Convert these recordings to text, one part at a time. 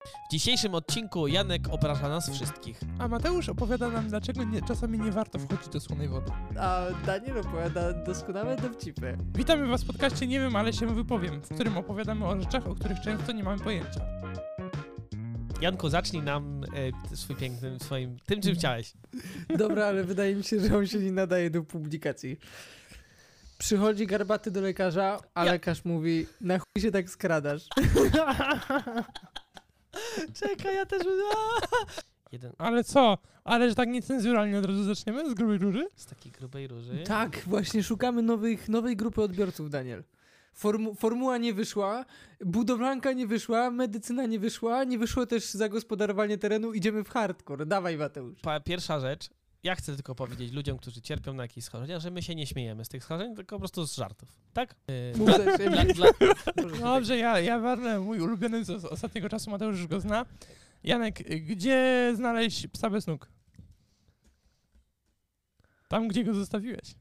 W dzisiejszym odcinku Janek obraża nas wszystkich. A Mateusz opowiada nam, dlaczego czasami nie warto wchodzić do słonej wody. A Daniel opowiada doskonałe dowcipy. Witamy was w podcaście Nie wiem, ale się wypowiem, w którym opowiadamy o rzeczach, o których często nie mamy pojęcia. Janku, zacznij nam tym, czym chciałeś. Dobra, ale wydaje mi się, że on się nie nadaje do publikacji. Przychodzi garbaty do lekarza, a lekarz mówi: na chuj się tak skradasz. Czekaj, ja też... Jeden Ale co? Ale że tak niecenzuralnie od razu zaczniemy? Z grubej róży? z takiej grubej róży. Tak, właśnie szukamy nowej grupy odbiorców, Daniel. Formuła nie wyszła, budowlanka nie wyszła, medycyna nie wyszła, nie wyszło też zagospodarowanie terenu, idziemy w hardcore. Dawaj, Mateusz. Pierwsza rzecz, ja chcę tylko powiedzieć ludziom, którzy cierpią na jakieś schorzenia, że my się nie śmiejemy z tych schorzeń, tylko po prostu z żartów. Tak? Dobrze, ja warnę mój ulubiony z ostatniego czasu, Mateusz już go zna. Janek, gdzie znaleźć psa bez nóg? Tam, gdzie go zostawiłeś.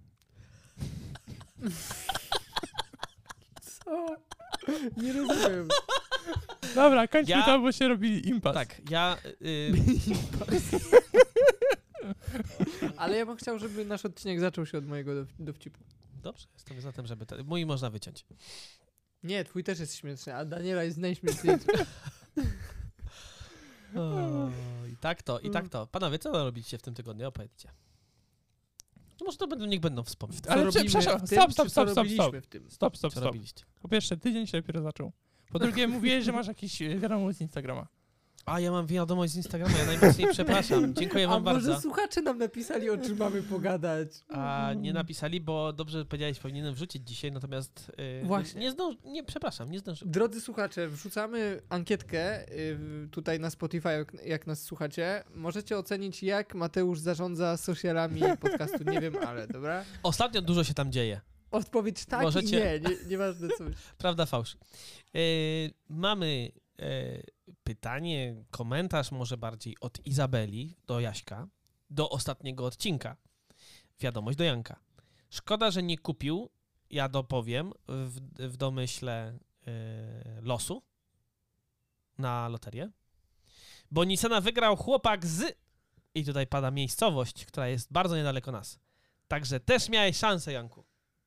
Co? Nie rozumiem. Dobra, kończmy to, bo się robi impas. Tak, ja... Ale ja bym chciał, żeby nasz odcinek zaczął się od mojego dowcipu. Dobrze, jestem za tym, żeby... Mój można wyciąć. Nie, twój też jest śmieszny, a Daniela jest najśmieszniejszy. I tak to. Panowie, co robicie w tym tygodniu? Opowiedzcie. No może to niech będą wspomnieć. Ale przepraszam, stop. Co robiliście? Po pierwsze, tydzień się dopiero zaczął. Po drugie, mówiłeś, że masz jakiś wiadomość z Instagrama. A, ja mam wiadomość z Instagrama, ja najmocniej przepraszam. Dziękuję wam bardzo. A może słuchacze nam napisali, o czym mamy pogadać? A nie napisali, bo dobrze powiedziałeś, powinienem wrzucić dzisiaj, natomiast właśnie. nie zdążyłem. Drodzy słuchacze, wrzucamy ankietkę tutaj na Spotify, jak nas słuchacie. Możecie ocenić, jak Mateusz zarządza socialami podcastu. Nie wiem, ale dobra? Ostatnio dużo się tam dzieje. Odpowiedź tak Możecie... i nie, nieważne coś. Prawda, fałsz. Mamy pytanie, komentarz może bardziej od Izabeli do Jaśka, do ostatniego odcinka. Wiadomość do Janka. Szkoda, że nie kupił, ja dopowiem, w domyśle losu na loterię, bo Nissana wygrał chłopak z... I tutaj pada miejscowość, która jest bardzo niedaleko nas. Także też miałeś szansę, Janku.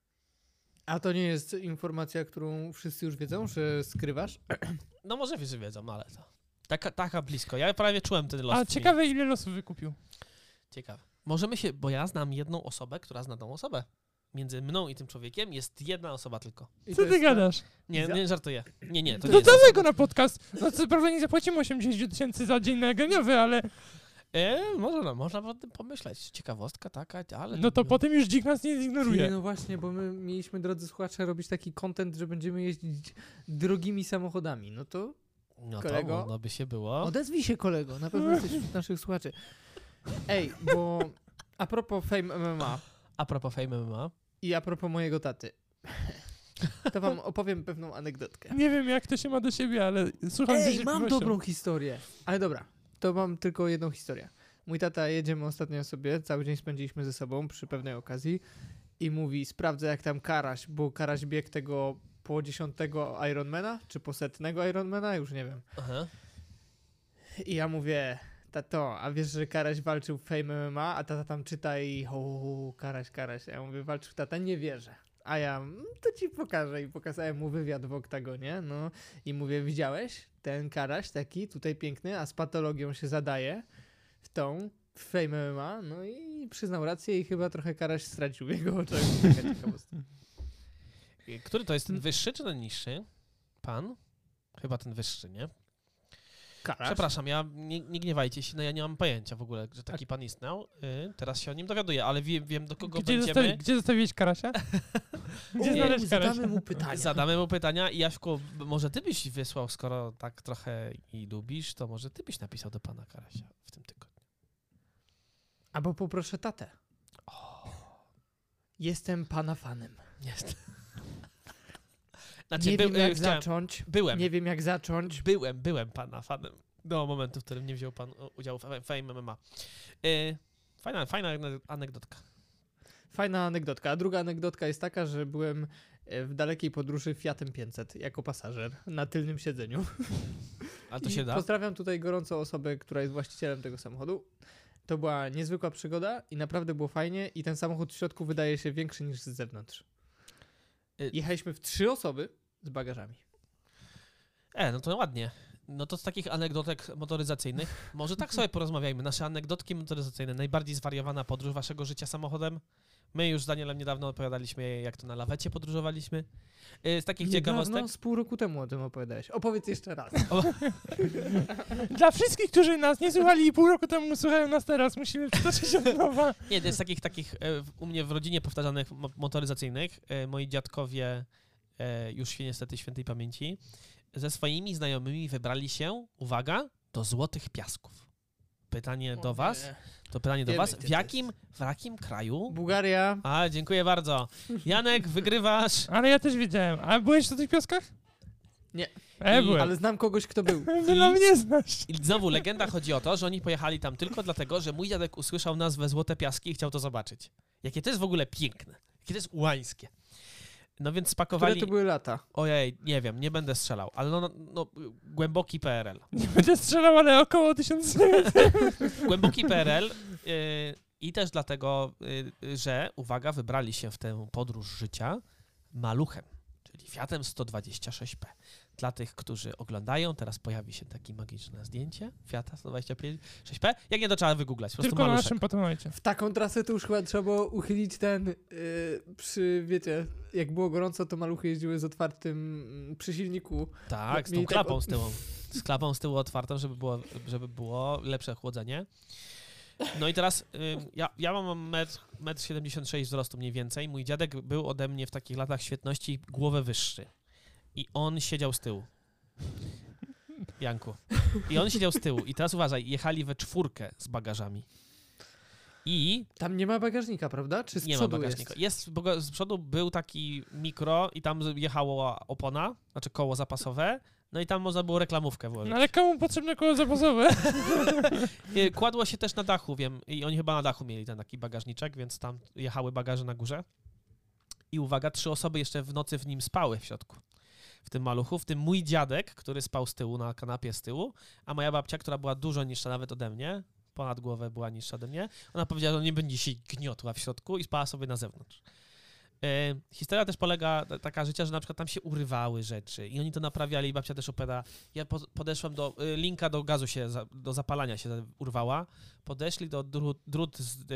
A to nie jest informacja, którą wszyscy już wiedzą, że skrywasz? No może wszyscy wiedzą, ale to... Taka blisko. Ja prawie czułem ten los. A ciekawe, ile losów wykupił. Ciekawe. Możemy się... Bo ja znam jedną osobę, która zna tą osobę. Między mną i tym człowiekiem jest jedna osoba tylko. Co ty gadasz? Nie żartuję. Nie, to nie To jest dawaj go na podcast. No co prawda nie zapłacimy 80 000 za dzień nagraniowy, ale... Można o tym pomyśleć. Ciekawostka taka, ale... No to potem już dzik nas nie zignoruje. No właśnie, bo my mieliśmy, drodzy słuchacze, robić taki content, że będziemy jeździć drogimi samochodami. No to kolego, to można by się było. odezwij się, kolego. Na pewno jesteś wśród naszych słuchaczy. Ej, bo a propos Fame MMA A propos Fame MMA. i a propos mojego taty, to wam opowiem pewną anegdotkę. Nie wiem, jak to się ma do siebie, ale słucham z Ej, mam niecierpliwością. dobrą historię. Ale dobra, to mam tylko jedną historię. Mój tata, jedziemy ostatnio sobie, cały dzień spędziliśmy ze sobą przy pewnej okazji i mówi: sprawdzę jak tam Karaś, bo Karaś biegł tego po 10 Ironmana, czy po 100 Ironmana, już nie wiem. Aha. I ja mówię: tato, a wiesz, że Karaś walczył w Fame MMA, a tata tam czyta i Karaś. A ja mówię: walczył tata, nie wierzę. A ja: to ci pokażę. I pokazałem mu wywiad w oktagonie, no. I mówię: widziałeś? Ten Karaś taki, tutaj piękny, a z patologią się zadaje w Fame MMA. No i przyznał rację i chyba trochę Karaś stracił w jego oczach. Taka ciekawostka. Który to jest, ten wyższy czy ten niższy? Pan? Chyba ten wyższy, nie? Karaś? Przepraszam, nie gniewajcie się, no ja nie mam pojęcia w ogóle, że taki pan istniał. Teraz się o nim dowiaduję, ale wiem do kogo będziemy. Gdzie zostawiłeś Karasia? Gdzie znaleźć Karasia? Zadamy mu pytania i Jaśku, może ty byś wysłał, skoro tak trochę i lubisz, to może ty byś napisał do pana Karasia w tym tygodniu. Albo poproszę tatę. Jestem pana fanem. Jest. Znaczy, Nie wiem jak zacząć. Byłem pana fanem do momentu, w którym nie wziął pan udziału w Fame MMA. Fajna anegdotka. Fajna anegdotka. A druga anegdotka jest taka, że byłem w dalekiej podróży Fiatem 500 jako pasażer na tylnym siedzeniu. A to I się da? pozdrawiam tutaj gorąco osobę, która jest właścicielem tego samochodu. To była niezwykła przygoda i naprawdę było fajnie i ten samochód w środku wydaje się większy niż z zewnątrz. Jechaliśmy w 3 osoby z bagażami. No to ładnie. No to z takich anegdotek motoryzacyjnych, może tak sobie porozmawiajmy. Nasze anegdotki motoryzacyjne, najbardziej zwariowana podróż waszego życia samochodem. My już z Danielem niedawno opowiadaliśmy, jak to na lawecie podróżowaliśmy. Z takich ciekawostek... z pół roku temu o tym opowiadałeś. Opowiedz jeszcze raz. Dla wszystkich, którzy nas nie słuchali i pół roku temu słuchają nas teraz, musimy przytoczyć od nowa. Nie, to jest takich u mnie w rodzinie powtarzanych motoryzacyjnych. Moi dziadkowie, już niestety świętej pamięci, ze swoimi znajomymi wybrali się, uwaga, do Złotych Piasków. Pytanie do was. To pytanie do Wiemy, was. gdzie W jakim kraju? Bułgaria. A, dziękuję bardzo. Janek, wygrywasz. Ale ja też wiedziałem. A byłeś w tych pioskach? Nie. Byłem. Ale znam kogoś, kto był. Ty nam nie znasz. I znowu legenda chodzi o to, że oni pojechali tam tylko dlatego, że mój dziadek usłyszał nazwę Złote Piaski i chciał to zobaczyć. Jakie to jest w ogóle piękne. Jakie to jest ułańskie. No więc spakowali... Które to były lata? Ojej, nie wiem, nie będę strzelał, ale no głęboki PRL. Nie będę strzelał, ale około 1000. Głęboki PRL i też dlatego, że, uwaga, wybrali się w tę podróż życia maluchem, czyli Fiatem 126P. Dla tych, którzy oglądają, teraz pojawi się takie magiczne zdjęcie Fiata 126P. Jak nie, to trzeba wygooglać, po prostu Tylko na maluszek. naszym Patronite. W taką trasę to już chyba trzeba było uchylić ten wiecie, jak było gorąco, to maluchy jeździły z otwartym przy silniku. Tak, z tą Mieli tak klapą z tyłu. Z klapą z tyłu otwartą, żeby było lepsze chłodzenie. No i teraz ja mam 1,76 m wzrostu mniej więcej. Mój dziadek był ode mnie w takich latach świetności głowę wyższy. I on siedział z tyłu. Janku. I on siedział z tyłu. I teraz uważaj, jechali we 4 z bagażami. I... Tam nie ma bagażnika, prawda? Czy z Nie ma przodu bagażnika. jest? Z przodu był taki mikro i tam jechała opona, znaczy koło zapasowe. No i tam można było reklamówkę włożyć. No ale komu potrzebne koło zapasowe? Kładło się też na dachu, wiem. I oni chyba na dachu mieli ten taki bagażniczek, więc tam jechały bagaże na górze. I uwaga, 3 osoby jeszcze w nocy w nim spały w środku. W tym maluchu, w tym mój dziadek, który spał z tyłu, na kanapie z tyłu, a moja babcia, która była dużo niższa nawet ode mnie, ponad głowę była niższa ode mnie, ona powiedziała, że nie będzie się gniotła w środku i spała sobie na zewnątrz. Historia też polega taka życia, że na przykład tam się urywały rzeczy i oni to naprawiali i babcia też opowiada, ja podeszłem do linka do gazu się, do zapalania się urwała, podeszli do drut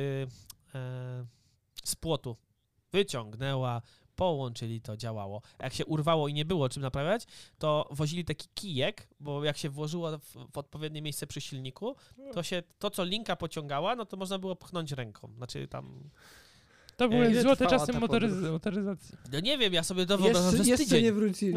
z płotu, wyciągnęła, połączyli, to działało. A jak się urwało i nie było czym naprawiać, to wozili taki kijek, bo jak się włożyło w odpowiednie miejsce przy silniku, to co linka pociągała, no to można było pchnąć ręką. Znaczy tam... To były Ile złote trwała czasy ta motoryzacji. No nie wiem, ja sobie to wyobrażam, że z Jeszcze tydzień. nie wrócili.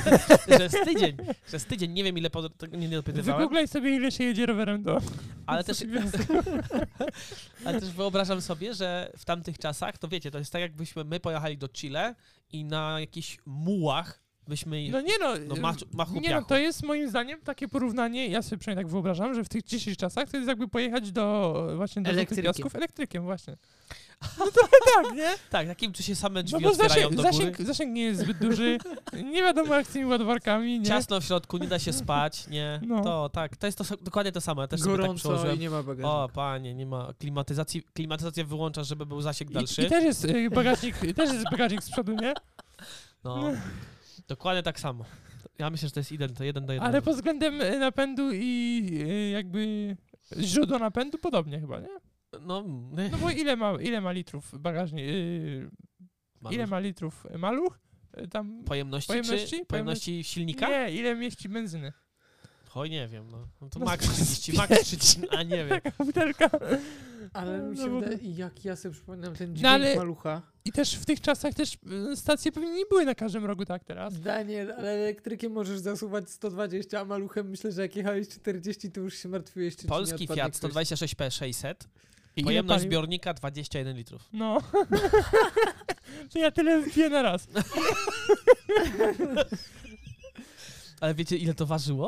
że z tydzień, nie wiem ile tego nie dopytywałem, Wygooglaj sobie, ile się jedzie rowerem do... ale też wyobrażam sobie, że w tamtych czasach, to wiecie, to jest tak jakbyśmy my pojechali do Chile i na jakichś mułach byśmy... No nie no, machu nie no, to jest moim zdaniem takie porównanie, ja sobie przynajmniej tak wyobrażam, że w tych dzisiejszych czasach to jest jakby pojechać do Złotych Piasków elektrykiem właśnie. No to tak, nie? Tak, takim, czy się same drzwi No bo otwierają do góry. zasięg nie jest zbyt duży, nie wiadomo jak z tymi ładowarkami, nie? Ciasno w środku, nie da się spać, nie? No. To tak, to jest dokładnie to samo. Ja też sobie tak Gorąco przełożyłem. i nie ma bagażnika. O, panie, nie ma klimatyzacji. Klimatyzację wyłączasz, żeby był zasięg dalszy. I też jest bagażnik z przodu, nie? No, dokładnie tak samo. Ja myślę, że to jest to 1 do 1. Ale pod względem napędu i jakby źródła napędu podobnie chyba, nie? No, No bo ile ma litrów bagażnik, ile ma litrów maluch? Tam Pojemności silnika? Nie, ile mieści benzyny? Oj, nie wiem, no to No, max 30, max 30, a nie wiem. Taka butelka. Ale mi się No, wydaje, jak ja sobie przypominam ten dźwięk No, ale- malucha. I też w tych czasach też stacje pewnie nie były na każdym rogu tak teraz. Daniel, ale elektrykiem możesz zasuwać 120, a maluchem myślę, że jak jechałeś 40, to już się martwiłeś, czy ci nie Polski odpadnie Fiat ktoś. 126P 600, I ile pojemność paliw? zbiornika 21 litrów. No. To ja tyle wypiję na raz. Ale wiecie, ile to ważyło?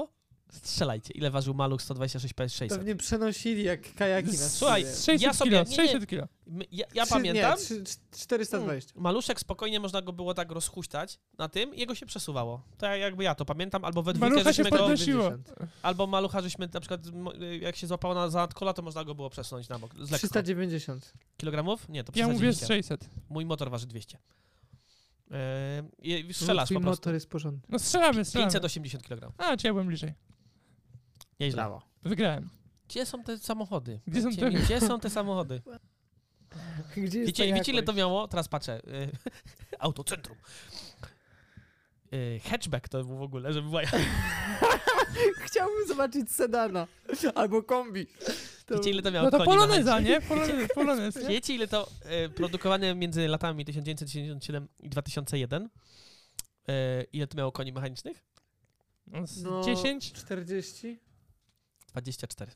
Strzelajcie. Ile ważył maluch 126 PS600? Pewnie przenosili jak kajaki na Słuchaj, skórze. 600 ja sobie- kilo, nie, 600 kilo. Ja pamiętam, 420. maluszek spokojnie można go było tak rozhuśtać na tym i jego się przesuwało. To jakby ja to pamiętam, albo we dwójkę Malucha się żeśmy go... podnosiło. 90. Albo malucha, żeśmy na przykład, jak się złapało za nadkola, to można go było przesunąć na bok. Z lekko. 390. Kilogramów? Nie, to Ja mówię 390. 600. Mój motor waży 200. Strzelasz Twój po prostu. motor jest porządny. No strzelamy. 580 kg. A, czy ja byłem bliżej. Nieźle. Brawo. Wygrałem. Gdzie są te samochody? Gdzie są Powiedzcie te- mi, Gdzie są te samochody? Gdzie jest Wiecie ile to miało? Teraz patrzę. Autocentrum. Hatchback to był w ogóle, żeby była... Chciałbym zobaczyć sedana. Albo kombi. Wiecie ile to miało No to koni poloneza, mechanicznych? nie? Polonez, nie? Wiecie ile to produkowane między latami 1997 i 2001? Ile to miało koni mechanicznych? No, z No, 10? 40? 24.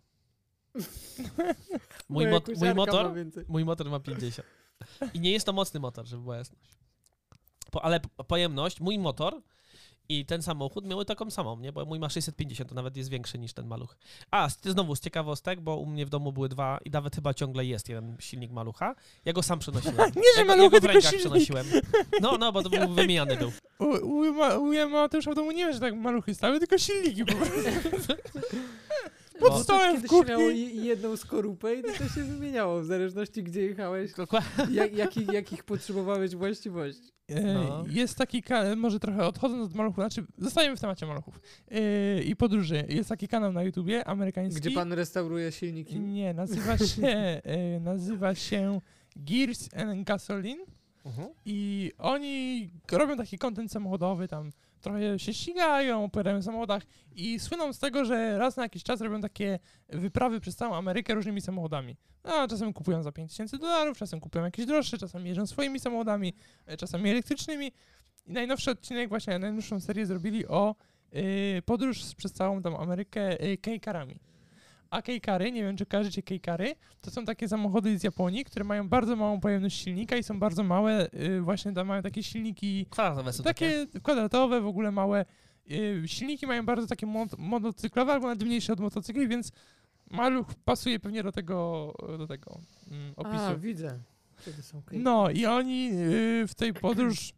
Moja Mój kosiarka motor... ma więcej. Mój motor ma 50. I nie jest to mocny motor, żeby była jasność. Ale pojemność, mój motor i ten samochód miały taką samą, nie? Bo mój ma 650, to nawet jest większy niż ten maluch. Znowu z ciekawostek, bo u mnie w domu były dwa i nawet chyba ciągle jest jeden silnik malucha. Ja go sam przenosiłem. Nie, że ja malucha, go w tylko rękach silnik. przenosiłem. No, bo to był wymieniany był. U Mateusza w domu nie wiem, że tak maluchy stały, tylko silniki po prostu. Bo- Pod stołem w Kiedyś się miało kuchni. jedną skorupę i to się wymieniało w zależności gdzie jechałeś, Dokładnie. jakich potrzebowałeś właściwości. No. Jest taki może trochę odchodząc od maluchów, znaczy zostajemy w temacie maluchów i podróży. Jest taki kanał na YouTubie amerykański. Gdzie pan restauruje silniki? Nie, nazywa się Gears and Gasoline i oni robią taki content samochodowy, tam trochę się ścigają, opowiadają o samochodach i słyną z tego, że raz na jakiś czas robią takie wyprawy przez całą Amerykę różnymi samochodami. No, czasem kupują za $5000, czasem kupują jakieś droższe, czasem jeżdżą swoimi samochodami, czasami elektrycznymi. I najnowszy odcinek, właśnie najnowszą serię zrobili o podróż przez całą tam Amerykę K-carami. A K-cary, nie wiem czy kojarzycie K-cary, to są takie samochody z Japonii, które mają bardzo małą pojemność silnika i są bardzo małe, właśnie tam mają takie silniki Kwadratowe są takie. kwadratowe, w ogóle małe. Silniki mają bardzo takie motocyklowe, albo nawet mniejsze od motocykli, więc maluch pasuje pewnie do tego opisu. A, widzę. Wtedy są okej. No i oni w tej podróż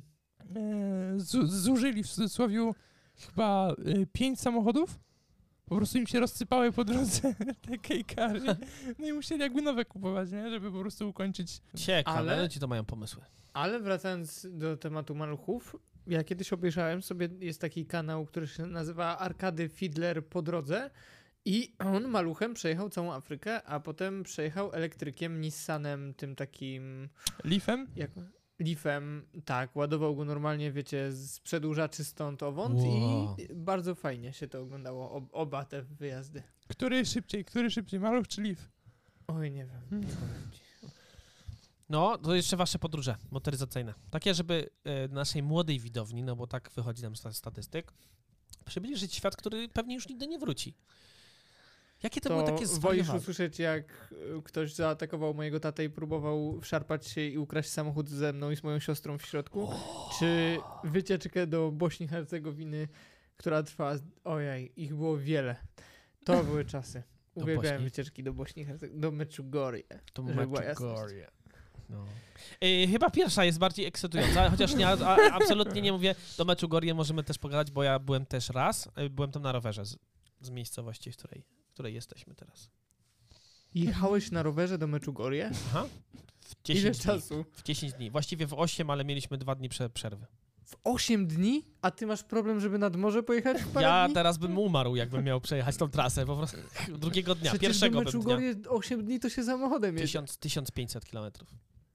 zużyli w cudzysłowie chyba 5 samochodów. Po prostu im się rozsypały po drodze te K-cary. No i musieli jakby nowe kupować, nie? Żeby po prostu ukończyć. Ciekawe, Ale- ci to mają pomysły. Ale wracając do tematu maluchów, ja kiedyś obejrzałem sobie, jest taki kanał, który się nazywa Arkady Fiedler po drodze i on maluchem przejechał całą Afrykę, a potem przejechał elektrykiem, Nissanem, tym takim... Leafem? Leafem, tak, ładował go normalnie, wiecie, z przedłużaczy stąd owąd Wow. i bardzo fajnie się to oglądało, oba te wyjazdy. Który szybciej, maluch czy Leaf? Oj, nie wiem. Hmm. Nie powiem ci. No, to jeszcze wasze podróże motoryzacyjne. Takie, żeby naszej młodej widowni, no bo tak wychodzi nam z statystyk, przybliżyć świat, który pewnie już nigdy nie wróci. Jakie to były takie Wolisz zwariowane? usłyszeć, jak ktoś zaatakował mojego tatę i próbował wszarpać się i ukraść samochód ze mną i z moją siostrą w środku? Czy wycieczkę do Bośni i Hercegowiny, która trwa... Ojej, ich było wiele. To były czasy. Uwielbiałem Bośni? wycieczki do Bośni i Hercegowiny, do Meczugorie. To żeby była jasność. Medjugorje. No. Chyba pierwsza jest bardziej ekscytująca, chociaż nie, absolutnie nie mówię, do Meczugorie możemy też pogadać, bo ja byłem też raz, byłem tam na rowerze z miejscowości, w której jesteśmy teraz. Jechałeś na rowerze do Meczugorie? Aha. W 10 Ile dni. czasu? W 10 dni. Właściwie w 8, ale mieliśmy 2 dni przerwy. W 8 dni? A ty masz problem, żeby nad morze pojechać w parę Ja dni? teraz bym umarł, jakbym miał przejechać tą trasę, po prostu drugiego dnia, Przecież pierwszego do bym dnia. Meczugorie 8 dni to się samochodem jedzie. 1500 kilometrów.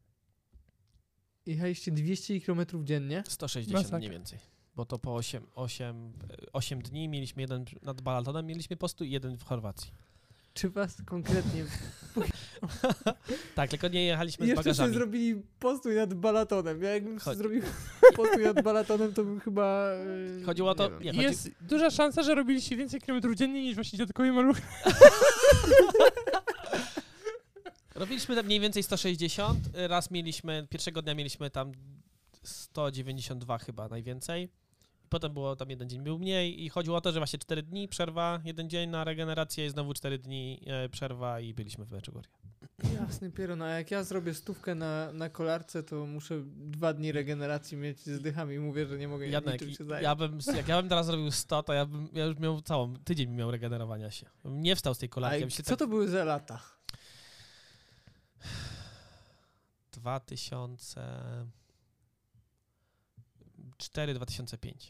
Jechaliście 200 km dziennie? 160 Masakra. mniej więcej. Bo to po 8 dni mieliśmy jeden nad Balatonem, mieliśmy po prostu jeden w Chorwacji. Czy was konkretnie... Tak, tylko nie jechaliśmy z Jeszcze sobie bagażami. zrobili postój nad Balatonem. Ja jakbym zrobił postój nad Balatonem, to bym chyba... Chodziło o to... nie wiem. Nie, chodzi... Jest duża szansa, że robiliście więcej kilometrów dziennie niż właśnie dziadkowie maluchy. Robiliśmy tam mniej więcej 160. Raz mieliśmy, pierwszego dnia mieliśmy tam 192 chyba najwięcej. Potem było tam 1 dzień był mniej i chodziło o to, że właśnie 4 dni przerwa, 1 dzień na regenerację i znowu 4 dni przerwa i byliśmy w Meczegorie. Jasny pieron, a jak ja zrobię 100 na kolarce, to muszę 2 dni regeneracji mieć z dychami i mówię, że nie mogę Janek, niczym się zająć. jak ja bym teraz zrobił 100, to ja już miał tydzień bym miał regenerowania się. Bym nie wstał z tej kolarki. A co to były za lata? 2004-2005.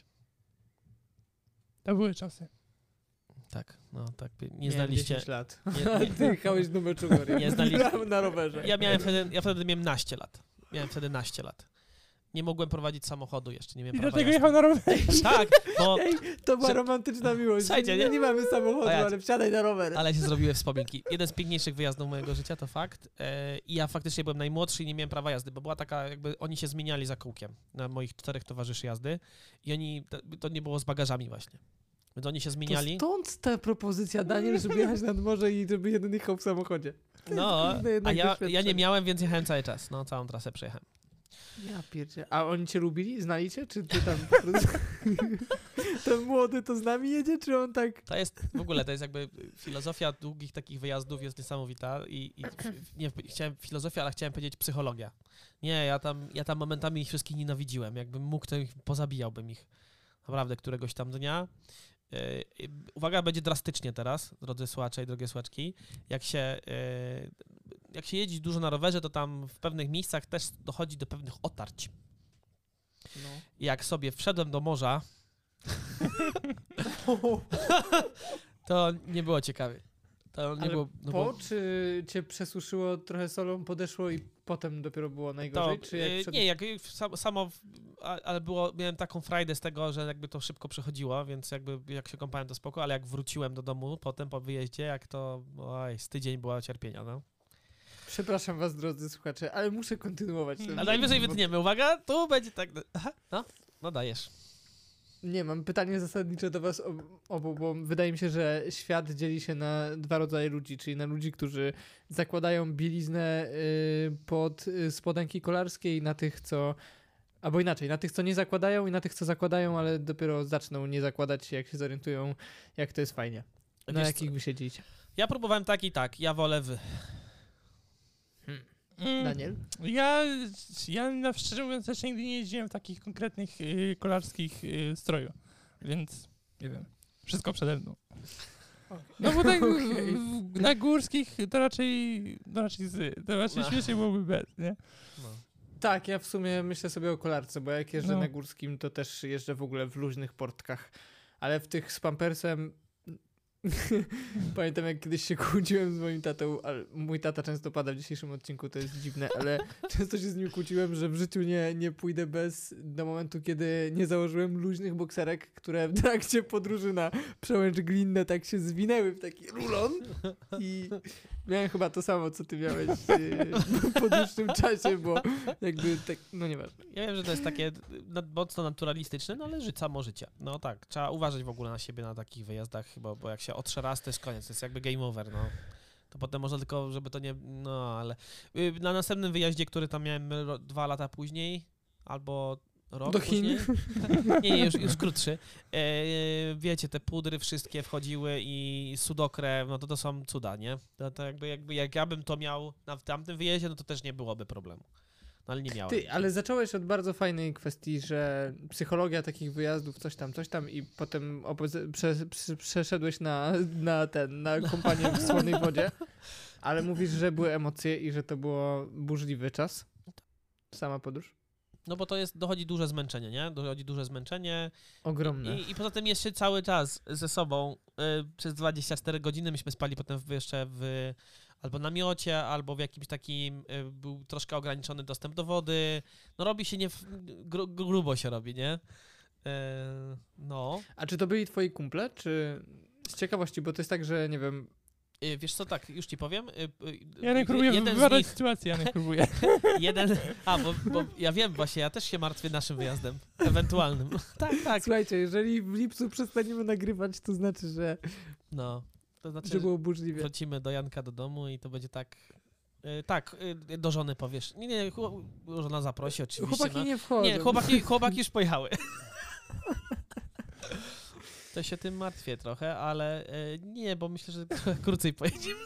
To były czasy. Tak, no tak. Nie Miałem znaliście. 10 lat. Nie, Ty jechałeś do Meczegoria. Nie znaliście. Na rowerze. Ja wtedy miałem 11 lat. Nie mogłem prowadzić samochodu jeszcze, nie miałem I prawa dlatego jazdy. jechał na rowerze. Tak, bo, To była romantyczna miłość. Słuchajcie, nie mamy samochodu, A ja- ale wsiadaj na rower. ale się zrobiły wspominki. Jeden z piękniejszych wyjazdów mojego życia, to fakt. I ja faktycznie byłem najmłodszy i nie miałem prawa jazdy, bo była taka, jakby oni się zmieniali za kółkiem na moich 4 towarzyszy jazdy i to nie było z bagażami właśnie. Więc oni się zmieniali. To stąd ta propozycja, Daniel, żeby jechać nad morze i żeby jeden jechał w samochodzie. No, kurde jednak a ja nie doświadczenie. miałem, więc jechałem cały czas. No, całą trasę przejechałem. Ja pierdzie. A oni cię lubili? Znali cię? Czy ty tam po prostu... Ten młody to z nami jedzie, czy on tak... To jest jakby filozofia długich takich wyjazdów jest niesamowita i nie, chciałem filozofię, ale chciałem powiedzieć psychologia. Nie, ja tam momentami ich wszystkich nienawidziłem. Jakbym mógł, to pozabijałbym ich. Naprawdę któregoś tam dnia. Uwaga, będzie drastycznie teraz, drodzy słuchacze i drogie słuchaczki. Jak się jeździ dużo na rowerze, to tam w pewnych miejscach też dochodzi do pewnych otarć. No. I jak sobie wszedłem do morza, to nie było ciekawie. To nie Ale było, bo czy cię przesuszyło, trochę solą podeszło i potem dopiero było najgorzej? Czy jak nie, ale miałem taką frajdę z tego, że jakby to szybko przechodziło, więc jakby jak się kąpałem to spoko, ale jak wróciłem do domu potem po wyjeździe, jak to, z tydzień było cierpienia, no. Przepraszam was, drodzy słuchacze, ale muszę kontynuować. ten A najwyżej bo- wytniemy, uwaga, tu będzie tak, aha, no dajesz. Nie, mam pytanie zasadnicze do was obu, bo wydaje mi się, że świat dzieli się na 2 rodzaje ludzi, czyli na ludzi, którzy zakładają bieliznę pod spodenki kolarskie i na tych, co... Albo inaczej, na tych, co nie zakładają i na tych, co zakładają, ale dopiero zaczną nie zakładać, jak się zorientują, jak to jest fajnie. Na Wiesz jakich co? wy siedzicie? Ja próbowałem tak i tak, ja wolę Daniel? Ja szczerze mówiąc też nigdy nie jeździłem w takich konkretnych kolarskich stroju, więc nie wiem, wszystko przede mną. No bo tak Okej. na górskich to raczej No. śmiesznie byłoby bez, nie? No. Tak, ja w sumie myślę sobie o kolarce, bo jak jeżdżę No. na górskim, to też jeżdżę w ogóle w luźnych portkach. Ale w tych z pampersem... Pamiętam, jak kiedyś się kłóciłem z moim tatą, ale mój tata często pada w dzisiejszym odcinku, to jest dziwne, ale często się z nim kłóciłem, że w życiu nie pójdę bez do momentu, kiedy nie założyłem luźnych bokserek, które w trakcie podróży na przełęcz Glinne tak się zwinęły w taki rulon i miałem chyba to samo, co ty miałeś po dłuższym czasie, bo jakby tak, no nieważne. Ja wiem, że to jest takie mocno naturalistyczne, no ale samo życie. No tak, trzeba uważać w ogóle na siebie na takich wyjazdach, chyba, bo jak się otrze raz, to jest koniec, to jest jakby game over, no. To potem można tylko, żeby to nie, no ale na następnym wyjeździe, który tam miałem 2 lata później, albo rok Do Chin? później. Nie, już krótszy. Wiecie, te pudry wszystkie wchodziły i sudokrew, no to są cuda, nie? To jakby jak ja bym to miał w tamtym wyjeździe, no to też nie byłoby problemu. No ale nie miałem. Ty, ale zacząłeś od bardzo fajnej kwestii, że psychologia takich wyjazdów, coś tam i potem przeszedłeś na kompanię w słonej wodzie, ale mówisz, że były emocje i że to było burzliwy czas. Sama podróż? No bo dochodzi duże zmęczenie, nie? Dochodzi duże zmęczenie. Ogromne. I poza tym jeszcze cały czas ze sobą przez 24 godziny myśmy spali potem jeszcze w albo namiocie, albo w jakimś takim, był troszkę ograniczony dostęp do wody. No robi się grubo się robi, nie? No. A czy to byli twoi kumple, czy z ciekawości, bo to jest tak, że nie wiem... Wiesz co, tak, już ci powiem. Janek próbuje jeden z wybrać nich, sytuację, Janek próbuje. bo ja wiem właśnie, ja też się martwię naszym wyjazdem, ewentualnym. Tak. Słuchajcie, jeżeli w lipcu przestaniemy nagrywać, to znaczy, że No, to znaczy, było burzliwie. wrócimy do Janka do domu i to będzie tak... do żony powiesz. Nie, żona zaprosi oczywiście. Chłopaki no. nie wchodzą. Nie, chłopaki już pojechały. To się tym martwię trochę, ale nie, bo myślę, że trochę krócej pojedziemy.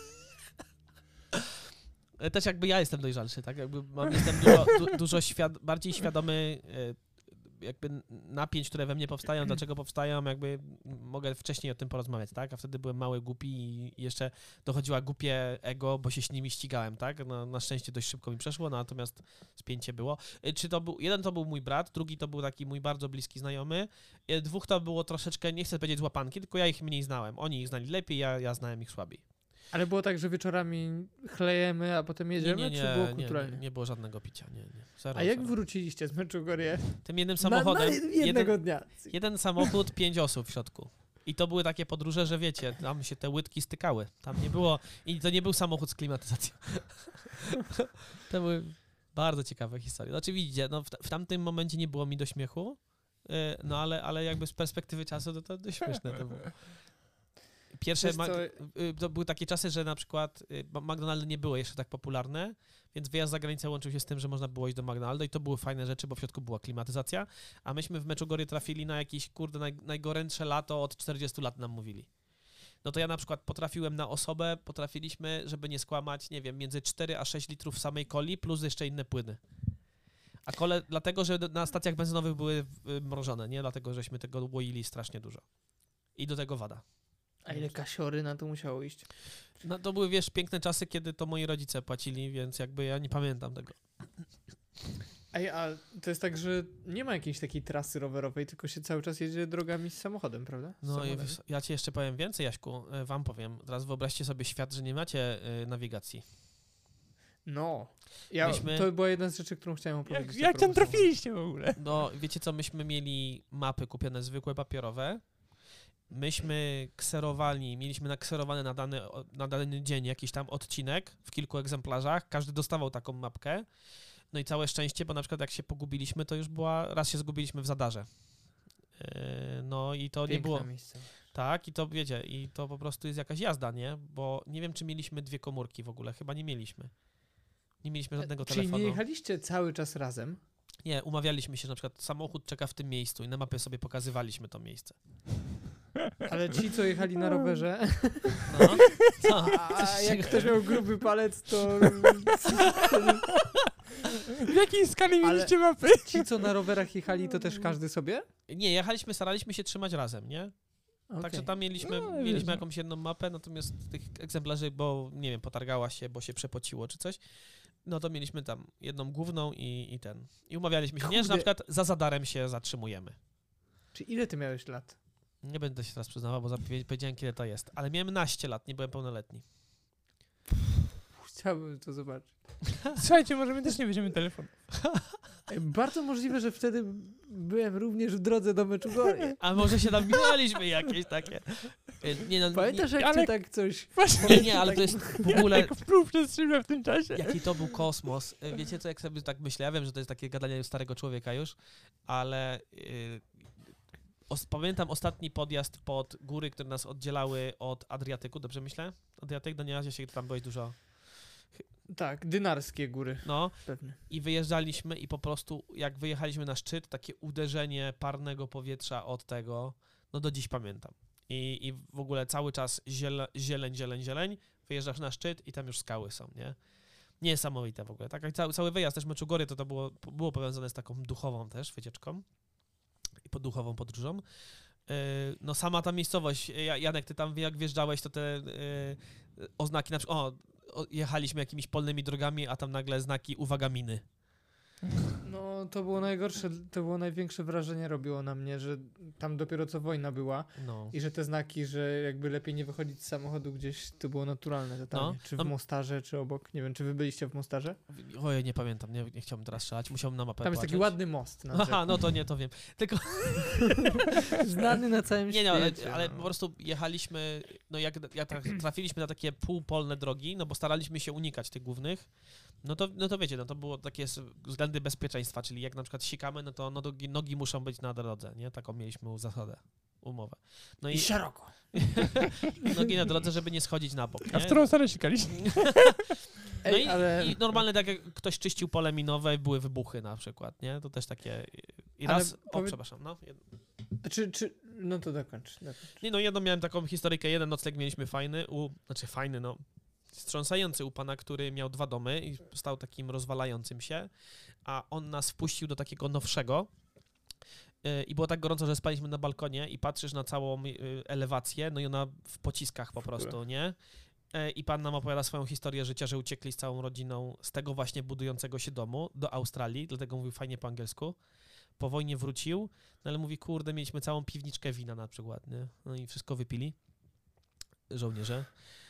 Też jakby ja jestem dojrzalszy, tak? Jakby jestem dużo bardziej świadomy jakby napięć, które we mnie powstają, dlaczego powstają, jakby mogę wcześniej o tym porozmawiać, tak? A wtedy byłem mały, głupi i jeszcze dochodziła głupie ego, bo się z nimi ścigałem, tak? No, na szczęście dość szybko mi przeszło, natomiast spięcie było. Jeden to był mój brat, drugi to był taki mój bardzo bliski znajomy, dwóch to było troszeczkę, nie chcę powiedzieć łapanki, tylko ja ich mniej znałem. Oni ich znali lepiej, ja znałem ich słabiej. Ale było tak, że wieczorami chlejemy, a potem jedziemy, czy było kulturalnie? Nie było żadnego picia, nie. Zero, a jak wróciliście z Medjugorje? Tym jednym samochodem. Jednego dnia. Jeden samochód, 5 osób w środku. I to były takie podróże, że wiecie, tam się te łydki stykały. Tam nie było, i to nie był samochód z klimatyzacją. To były bardzo ciekawe historie. Znaczy widzicie, no w tamtym momencie nie było mi do śmiechu, no ale jakby z perspektywy czasu to dość śmieszne to było. Pierwsze to były takie czasy, że na przykład McDonaldy nie były jeszcze tak popularne, więc wyjazd za granicę łączył się z tym, że można było iść do McDonalda i to były fajne rzeczy, bo w środku była klimatyzacja, a myśmy w Medjugorje trafili na jakieś, najgorętsze lato od 40 lat nam mówili. No to ja na przykład potrafiliśmy, żeby nie skłamać, nie wiem, między 4 a 6 litrów samej coli plus jeszcze inne płyny. A kole dlatego, że na stacjach benzynowych były mrożone, nie? Dlatego, żeśmy tego łoili strasznie dużo. I do tego wada. A ile kasiory na to musiało iść? No to były, wiesz, piękne czasy, kiedy to moi rodzice płacili, więc jakby ja nie pamiętam tego. A to jest tak, że nie ma jakiejś takiej trasy rowerowej, tylko się cały czas jedzie drogami z samochodem, prawda? Ja ci jeszcze powiem więcej, Jaśku, wam powiem. Teraz wyobraźcie sobie świat, że nie macie nawigacji. No. To była jedna z rzeczy, którą chciałem opowiedzieć. Jak tam trafiliście w ogóle? No, wiecie co, myśmy mieli mapy kupione zwykłe, papierowe. Myśmy mieliśmy nakserowany na dany dzień jakiś tam odcinek w kilku egzemplarzach. Każdy dostawał taką mapkę. No i całe szczęście, bo na przykład jak się pogubiliśmy, to już raz się zgubiliśmy w Zadarze. No i to piękne nie było... miejsce. Tak, i to wiecie, i to po prostu jest jakaś jazda, nie? Bo nie wiem, czy mieliśmy 2 komórki w ogóle. Chyba nie mieliśmy. Nie mieliśmy żadnego telefonu. Czyli nie jechaliście cały czas razem? Nie, umawialiśmy się, że na przykład samochód czeka w tym miejscu i na mapie sobie pokazywaliśmy to miejsce. Ale ci, co jechali na rowerze, No, co? a jak ktoś miał gruby palec, to... W jakiej skali mieliście mapy? Ci, co na rowerach jechali, to też każdy sobie? Nie, staraliśmy się trzymać razem, nie? Okay. Także tam mieliśmy jakąś jedną mapę, natomiast tych egzemplarzy, bo nie wiem, potargała się, bo się przepociło czy coś, no to mieliśmy tam jedną główną i umawialiśmy się, nie, że na przykład za Zadarem się zatrzymujemy. Czy ile ty miałeś lat? Nie będę się teraz przyznawał, bo powiedziałem, kiedy to jest, ale miałem 11 lat, nie byłem pełnoletni. Chciałbym to zobaczyć. Słuchajcie, może my też nie weźmiemy telefonu. Bardzo możliwe, że wtedy byłem również w drodze do Medjugorje. A może się tam minęliśmy jakieś takie. Pamiętasz, jak ty tak coś... Nie, ale to jest w ogóle... Jak wpływ przestrzyma w tym czasie. Jaki to był kosmos. Wiecie co, jak sobie tak myślę, ja wiem, że to jest takie gadanie starego człowieka już, ale pamiętam ostatni podjazd pod góry, które nas oddzielały od Adriatyku, dobrze myślę? Adriatyk, do razie się tam byłeś dużo... Tak, Dynarskie góry. No, pewnie. I wyjeżdżaliśmy i po prostu jak wyjechaliśmy na szczyt, takie uderzenie parnego powietrza od tego, no do dziś pamiętam. I w ogóle cały czas zieleń, wyjeżdżasz na szczyt i tam już skały są, nie? Niesamowite w ogóle. Tak, cały wyjazd też Medjugorje to było powiązane z taką duchową też wycieczką i duchową podróżą. No sama ta miejscowość, Janek, ty tam jak wjeżdżałeś, to te oznaki na przykład, jechaliśmy jakimiś polnymi drogami, a tam nagle znaki uwaga miny. No to było najgorsze, to było największe wrażenie robiło na mnie, że tam dopiero co wojna była i że te znaki, że jakby lepiej nie wychodzić z samochodu gdzieś, to było naturalne totalnie. Czy w Mostarze, czy obok, nie wiem, czy wy byliście w Mostarze? Ojej, nie pamiętam, nie chciałbym teraz strzelać, musiałbym na mapę Tam jest taki ładny most. Aha, no to nie, to wiem. Tylko... Znany na całym świecie. Nie, ale po prostu jechaliśmy, no jak trafiliśmy na takie półpolne drogi, no bo staraliśmy się unikać tych głównych, no to wiecie, no to było takie względy bezpieczeństwa, czyli jak na przykład sikamy, no to nogi muszą być na drodze, nie? Taką mieliśmy zasadę, umowę. No i szeroko. Nogi na drodze, żeby nie schodzić na bok, nie? A w którą stronę sikaliście? No i normalne, tak jak ktoś czyścił pole minowe, były wybuchy na przykład, nie? To też takie... przepraszam, no. No to dokończ. Nie no, jedną miałem taką historyjkę, jeden nocleg mieliśmy fajny, wstrząsający u pana, który miał 2 domy i stał takim rozwalającym się, a on nas wpuścił do takiego nowszego i było tak gorąco, że spaliśmy na balkonie i patrzysz na całą elewację, no i ona w pociskach po prostu, nie? I pan nam opowiada swoją historię życia, że uciekli z całą rodziną z tego właśnie budującego się domu do Australii, dlatego mówił fajnie po angielsku. Po wojnie wrócił, no ale mówi, kurde, mieliśmy całą piwniczkę wina na przykład, nie? No i wszystko wypili żołnierze.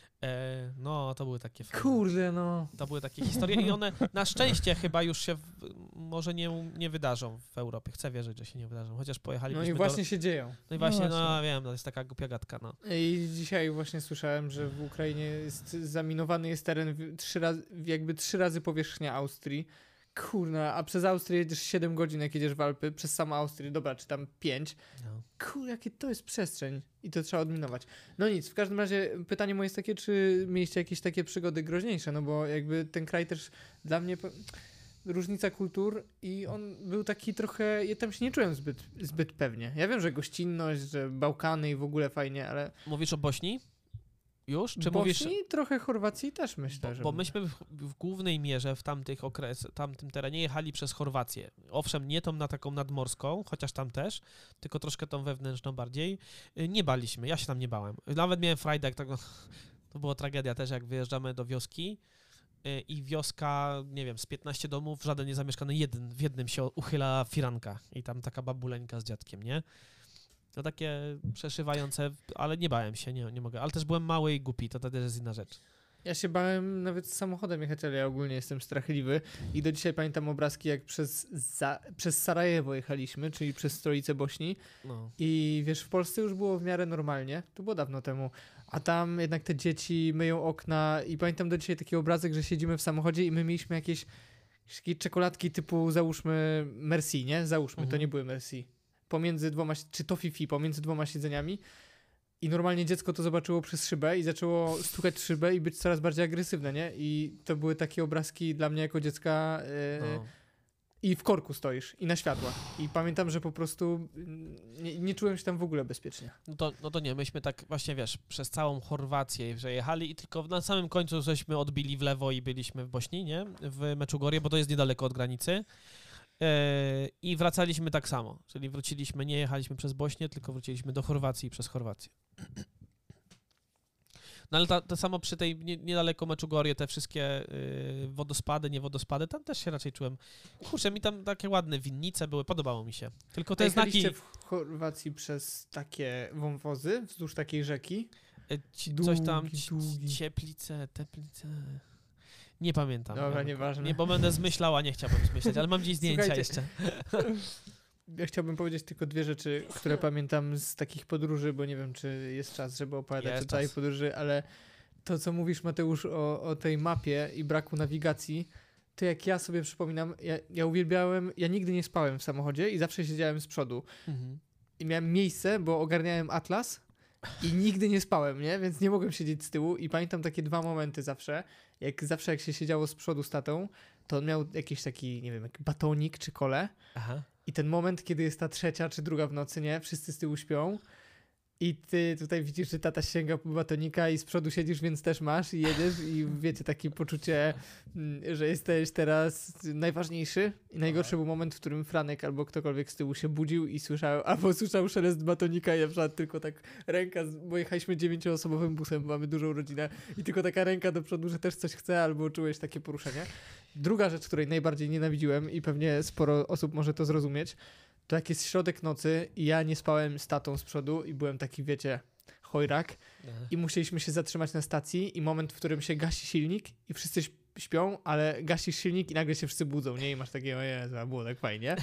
No, to były takie fajne. Kurde, no. To były takie historie i one na szczęście chyba już się może nie wydarzą w Europie. Chcę wierzyć, że się nie wydarzą, chociaż pojechaliśmy. No i właśnie się dzieją. No i właśnie, no wiem, to jest taka głupia gadka, no. I dzisiaj właśnie słyszałem, że w Ukrainie jest zaminowany jest teren 3 razy powierzchnia Austrii. Kurna, a przez Austrię jedziesz 7 godzin, jak jedziesz w Alpy, przez samą Austrię, dobra, czy tam 5. No. Kurde, jakie to jest przestrzeń i to trzeba odminować. No nic, w każdym razie pytanie moje jest takie, czy mieliście jakieś takie przygody groźniejsze, no bo jakby ten kraj też dla mnie różnica kultur i on był taki trochę, ja tam się nie czułem zbyt pewnie. Ja wiem, że gościnność, że Bałkany i w ogóle fajnie, ale... Mówisz o Bośni? Już? Czy Bośni, mówisz... trochę Chorwacji też myślę, że... Bo myśmy w głównej mierze w tamtym terenie jechali przez Chorwację. Owszem, nie tą na taką nadmorską, chociaż tam też, tylko troszkę tą wewnętrzną bardziej. Nie baliśmy, ja się tam nie bałem. Nawet miałem frajdę, jak to była tragedia też, jak wyjeżdżamy do wioski i wioska, nie wiem, z 15 domów, żaden nie zamieszkany, w jednym się uchyla firanka i tam taka babuleńka z dziadkiem, nie? To takie przeszywające, ale nie bałem się, nie mogę. Ale też byłem mały i głupi, to też jest inna rzecz. Ja się bałem nawet samochodem jechać, ale ja ogólnie jestem strachliwy i do dzisiaj pamiętam obrazki, jak przez Sarajewo jechaliśmy, czyli przez stolicę Bośni i wiesz, w Polsce już było w miarę normalnie, to było dawno temu, a tam jednak te dzieci myją okna i pamiętam do dzisiaj taki obrazek, że siedzimy w samochodzie i my mieliśmy jakieś czekoladki typu, załóżmy Merci, nie? Załóżmy, to nie były Merci. Pomiędzy 2, czy to Fifi, pomiędzy 2 siedzeniami i normalnie dziecko to zobaczyło przez szybę i zaczęło stukać w szybę i być coraz bardziej agresywne, nie? I to były takie obrazki dla mnie jako dziecka i w korku stoisz i na światłach. I pamiętam, że po prostu nie czułem się tam w ogóle bezpiecznie. No to nie, myśmy tak właśnie, wiesz, przez całą Chorwację przejechali i tylko na samym końcu żeśmy odbili w lewo i byliśmy w Bośni, nie? W Meczugorje, bo to jest niedaleko od granicy. I wracaliśmy tak samo, czyli nie jechaliśmy przez Bośnię, tylko wróciliśmy do Chorwacji przez Chorwację. No ale to samo przy tej niedaleko Meczugorje, te wszystkie wodospady, nie wodospady, tam też się raczej czułem. Kurczę, mi tam takie ładne winnice były, podobało mi się. Tylko te znaki... Jechaliście w Chorwacji przez takie wąwozy wzdłuż takiej rzeki? Coś tam, Cieplice, Teplice... Nie pamiętam. Dobra, nieważne. Nie, bo będę zmyślał, a nie chciałbym zmyślać, ale mam gdzieś zdjęcia jeszcze. Ja chciałbym powiedzieć tylko 2 rzeczy, które pamiętam z takich podróży, bo nie wiem, czy jest czas, żeby opowiadać o całej podróży, ale to, co mówisz, Mateusz, o tej mapie i braku nawigacji, to jak ja sobie przypominam, ja uwielbiałem, ja nigdy nie spałem w samochodzie i zawsze siedziałem z przodu. I miałem miejsce, bo ogarniałem atlas i nigdy nie spałem, nie? Więc nie mogłem siedzieć z tyłu i pamiętam takie 2 momenty zawsze. Jak się siedziało z przodu z tatą, to on miał jakiś taki, nie wiem, jak batonik czy kole. Aha. I ten moment, kiedy jest ta 3 czy 2 w nocy, nie? Wszyscy z tyłu śpią. I ty tutaj widzisz, że tata sięga po batonika i z przodu siedzisz, więc też masz i jedziesz i wiecie, takie poczucie, że jesteś teraz najważniejszy. I najgorszy był moment, w którym Franek albo ktokolwiek z tyłu się budził i słyszał szelest batonika i na przykład tylko tak ręka, bo jechaliśmy 9-osobowym busem, mamy dużą rodzinę i tylko taka ręka do przodu, że też coś chce albo czułeś takie poruszenie. Druga rzecz, której najbardziej nienawidziłem i pewnie sporo osób może to zrozumieć, to jak jest środek nocy i ja nie spałem z tatą z przodu i byłem taki, wiecie, chojrak i musieliśmy się zatrzymać na stacji i moment, w którym się gasi silnik i wszyscy śpią, ale gasisz silnik i nagle się wszyscy budzą, nie? I masz takie, o Jezu, a było tak fajnie.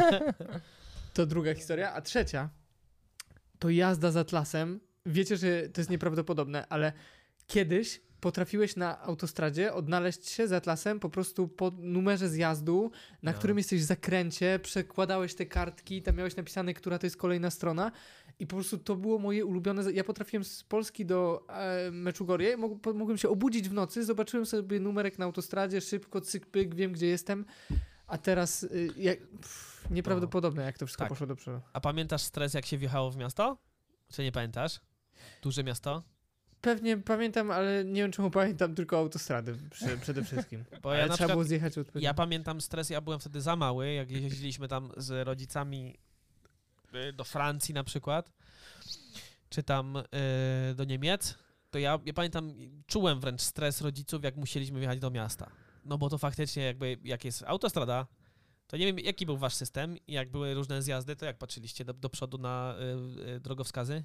To druga historia. A trzecia to jazda z atlasem. Wiecie, że to jest nieprawdopodobne, ale kiedyś potrafiłeś na autostradzie odnaleźć się z atlasem po prostu po numerze zjazdu, na którym jesteś w zakręcie, przekładałeś te kartki, tam miałeś napisane, która to jest kolejna strona i po prostu to było moje ulubione. Ja potrafiłem z Polski do Meczugorje, mogłem się obudzić w nocy, zobaczyłem sobie numerek na autostradzie, szybko, cyk, pyk, wiem gdzie jestem, a teraz Nieprawdopodobne, jak to wszystko Tak. poszło do przodu. A pamiętasz stres, jak się wjechało w miasto? Czy nie pamiętasz? Duże miasto? Pewnie pamiętam, ale nie wiem, czemu pamiętam tylko autostrady przede wszystkim. Bo Ale ja na trzeba było przykład, zjechać odpowiednio. ja pamiętam stres, ja byłem wtedy za mały, jak jeździliśmy tam z rodzicami do Francji na przykład, czy tam do Niemiec, to ja pamiętam, czułem wręcz stres rodziców, jak musieliśmy wjechać do miasta. No bo to faktycznie jakby, jak jest autostrada, to nie wiem, jaki był wasz system, jak były różne zjazdy, to jak patrzyliście do przodu na drogowskazy?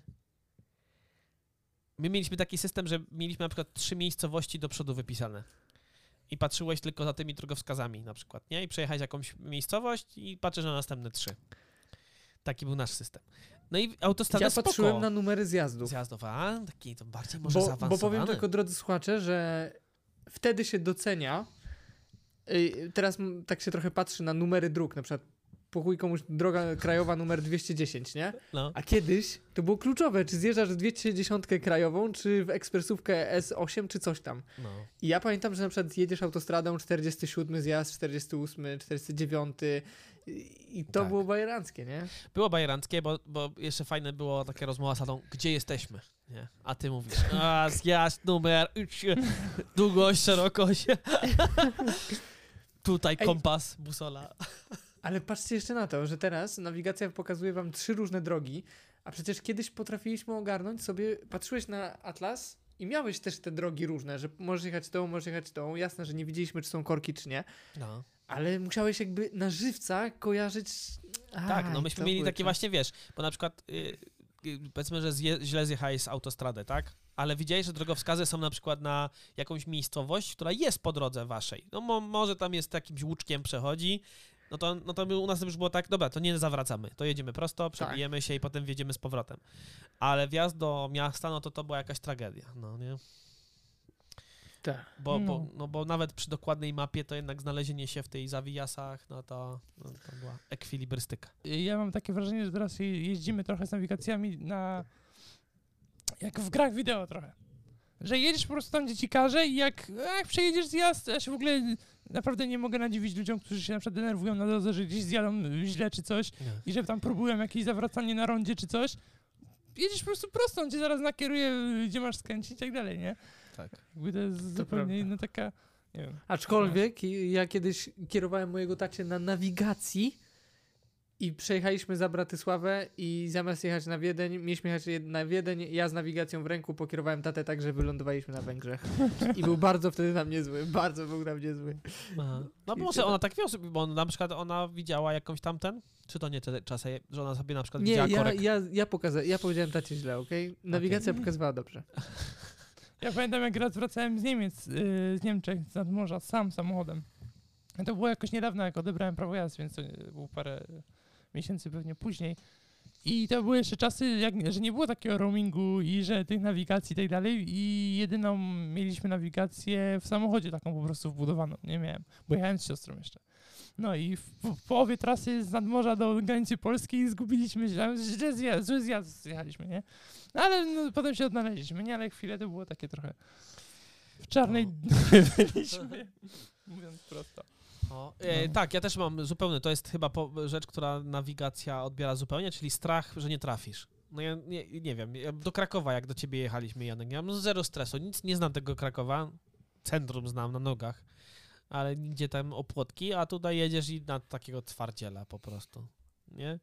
My mieliśmy taki system, że mieliśmy na przykład 3 miejscowości do przodu wypisane. I patrzyłeś tylko za tymi drogowskazami na przykład, nie? I przejechałeś jakąś miejscowość i patrzysz na następne 3. Taki był nasz system. No i autostrada Ja spoko. patrzyłem na numery zjazdów. Zjazdów, a taki to bardziej może zaawansowany. Bo powiem tylko, drodzy słuchacze, że wtedy się docenia, teraz tak się trochę patrzy na numery dróg, na przykład po chuj komuś droga krajowa numer 210, nie? No. A kiedyś to było kluczowe, czy zjeżdżasz w 210 krajową, czy w ekspresówkę S8, czy coś tam. No. I ja pamiętam, że na przykład jedziesz autostradą 47 zjazd, 48, 49 i to Tak. było bajeranckie, nie? Było bajeranckie, bo jeszcze fajne było takie rozmowa z tatą, gdzie jesteśmy, nie? A ty mówisz, zjazd numer, długość, szerokość. Tutaj kompas, busola. Ale patrzcie jeszcze na to, że teraz nawigacja pokazuje wam 3 różne drogi, a przecież kiedyś potrafiliśmy ogarnąć sobie, patrzyłeś na atlas i miałeś też te drogi różne, że możesz jechać tą, możesz jechać tą. Jasne, że nie widzieliśmy, czy są korki, czy nie, No. ale musiałeś jakby na żywca kojarzyć... Tak, no myśmy to mieli były takie czasy. właśnie, wiesz, bo na przykład powiedzmy, że źle zjechałeś z autostrady, tak? Ale widziałeś, że drogowskazy są na przykład na jakąś miejscowość, która jest po drodze waszej. No może tam jest jakimś łuczkiem przechodzi, no to u nas już było tak, dobra, to nie zawracamy, to jedziemy prosto, przebijemy się i potem wjedziemy z powrotem. Ale wjazd do miasta, no to była jakaś tragedia, no nie? Tak. Bo nawet przy dokładnej mapie to jednak znalezienie się w tej zawijasach, to była ekwilibrystyka. Ja mam takie wrażenie, że teraz jeździmy trochę z nawigacjami jak w grach wideo trochę. Że jedziesz po prostu tam, gdzie ci każe i jak przejedziesz zjazd, ja się w ogóle naprawdę nie mogę nadziwić ludziom, którzy się na przykład denerwują na drodze, że gdzieś zjadą źle czy coś i że tam próbują jakieś zawracanie na rondzie czy coś. Jedziesz po prostu prosto, on cię zaraz nakieruje, gdzie masz skręcić i tak dalej, nie? Tak. Jakby to jest zupełnie inna taka, nie wiem. Aczkolwiek ja kiedyś kierowałem mojego tacie na nawigacji i przejechaliśmy za Bratysławę i zamiast jechać na Wiedeń, mieliśmy jechać na Wiedeń, ja z nawigacją w ręku pokierowałem tatę tak, że wylądowaliśmy na Węgrzech. I był bardzo wtedy na mnie zły, bardzo był na mnie zły. Aha. No bo może ona tak wiosła, bo na przykład ona widziała jakąś tamten, czy to nie te czasy, że ona sobie na przykład Nie, widziała korek. ja powiedziałem tacie źle, okej? Nawigacja pokazywała dobrze. Ja pamiętam, jak raz wracałem z Niemiec, z Niemczech, z nadmorza, sam samochodem. To było jakoś niedawno, jak odebrałem prawo jazdy, więc to było parę miesięcy pewnie później. I to były jeszcze czasy, że nie było takiego roamingu i że tych nawigacji i tak dalej. I jedyną mieliśmy nawigację w samochodzie, taką po prostu wbudowaną. Nie miałem, bo jechałem z siostrą jeszcze. No i w połowie trasy z nadmorza do granicy polskiej zgubiliśmy się, zły zjazd zjechaliśmy, nie? No ale potem się odnaleźliśmy, nie? Ale chwilę to było takie trochę w czarnej byliśmy, mówiąc prosto. Tak, ja też mam zupełny, to jest chyba rzecz, która nawigacja odbiera zupełnie, czyli strach, że nie trafisz. No ja nie wiem, do Krakowa jak do ciebie jechaliśmy, Janek, ja mam zero stresu, nic nie znam tego Krakowa, centrum znam na nogach, ale nigdzie tam opłotki, a tutaj jedziesz i na takiego twardziela po prostu, nie?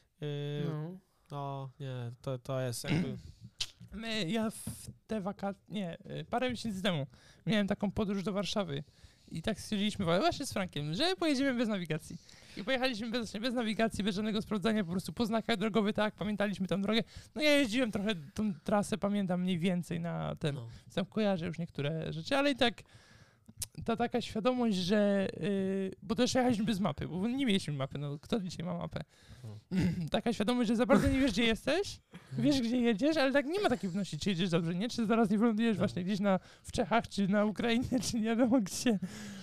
Nie, to jest jakby... Ja w te parę miesięcy temu miałem taką podróż do Warszawy i tak stwierdziliśmy właśnie z Frankiem, że pojedziemy bez nawigacji. I pojechaliśmy bez nawigacji, bez żadnego sprawdzania, po prostu po znakach drogowych, tak, pamiętaliśmy tą drogę. No ja jeździłem trochę tą trasę, pamiętam mniej więcej na ten, tam kojarzę już niektóre rzeczy, ale i tak ta taka świadomość, że, bo też jechaliśmy bez mapy, bo nie mieliśmy mapy, no kto dzisiaj ma mapę? Taka świadomość, że za bardzo nie wiesz, gdzie jesteś, wiesz, gdzie jedziesz, ale tak nie ma takiej pewności, czy jedziesz dobrze, nie? Czy zaraz nie wylądujesz właśnie gdzieś w Czechach, czy na Ukrainie, czy nie wiadomo gdzie.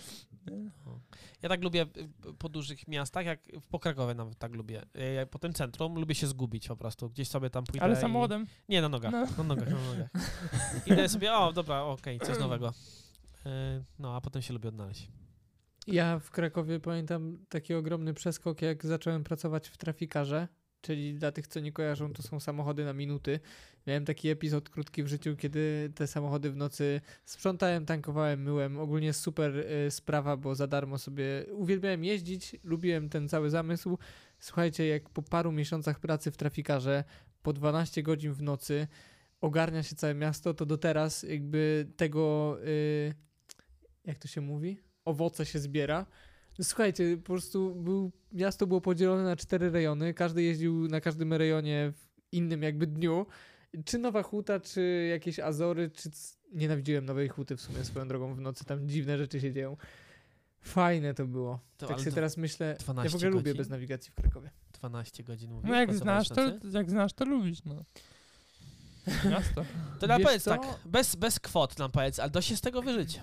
Ja tak lubię po dużych miastach, jak po Krakowie nawet tak lubię. Ja po tym centrum lubię się zgubić po prostu, gdzieś sobie tam pójdę. Ale samochodem? Nie, na nogach, na nogach. Idę sobie, dobra, okej, coś nowego. No, a potem się lubię odnaleźć. Ja w Krakowie pamiętam taki ogromny przeskok, jak zacząłem pracować w trafikarze, czyli dla tych, co nie kojarzą, to są samochody na minuty. Miałem taki epizod krótki w życiu, kiedy te samochody w nocy sprzątałem, tankowałem, myłem. Ogólnie super sprawa, bo za darmo sobie uwielbiałem jeździć, lubiłem ten cały zamysł. Słuchajcie, jak po paru miesiącach pracy w trafikarze, po 12 godzin w nocy ogarnia się całe miasto, to do teraz jakby tego, jak to się mówi? Owoce się zbiera. Słuchajcie, po prostu miasto było podzielone na 4 rejony, każdy jeździł na każdym rejonie w innym jakby dniu. Czy Nowa Huta, czy jakieś Azory, nienawidziłem Nowej Huty w sumie swoją drogą w nocy, tam dziwne rzeczy się dzieją. Fajne to było. Tak sobie teraz myślę, ja w ogóle lubię bez nawigacji w Krakowie. 12 godzin mówię. No jak znasz, to lubisz, no. Miasto. To nam powiedz tak, bez kwot nam powiedz, ale da się z tego wyżyć.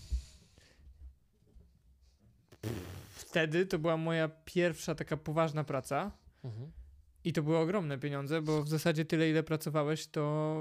Wtedy to była moja pierwsza taka poważna praca i to były ogromne pieniądze, bo w zasadzie tyle, ile pracowałeś, to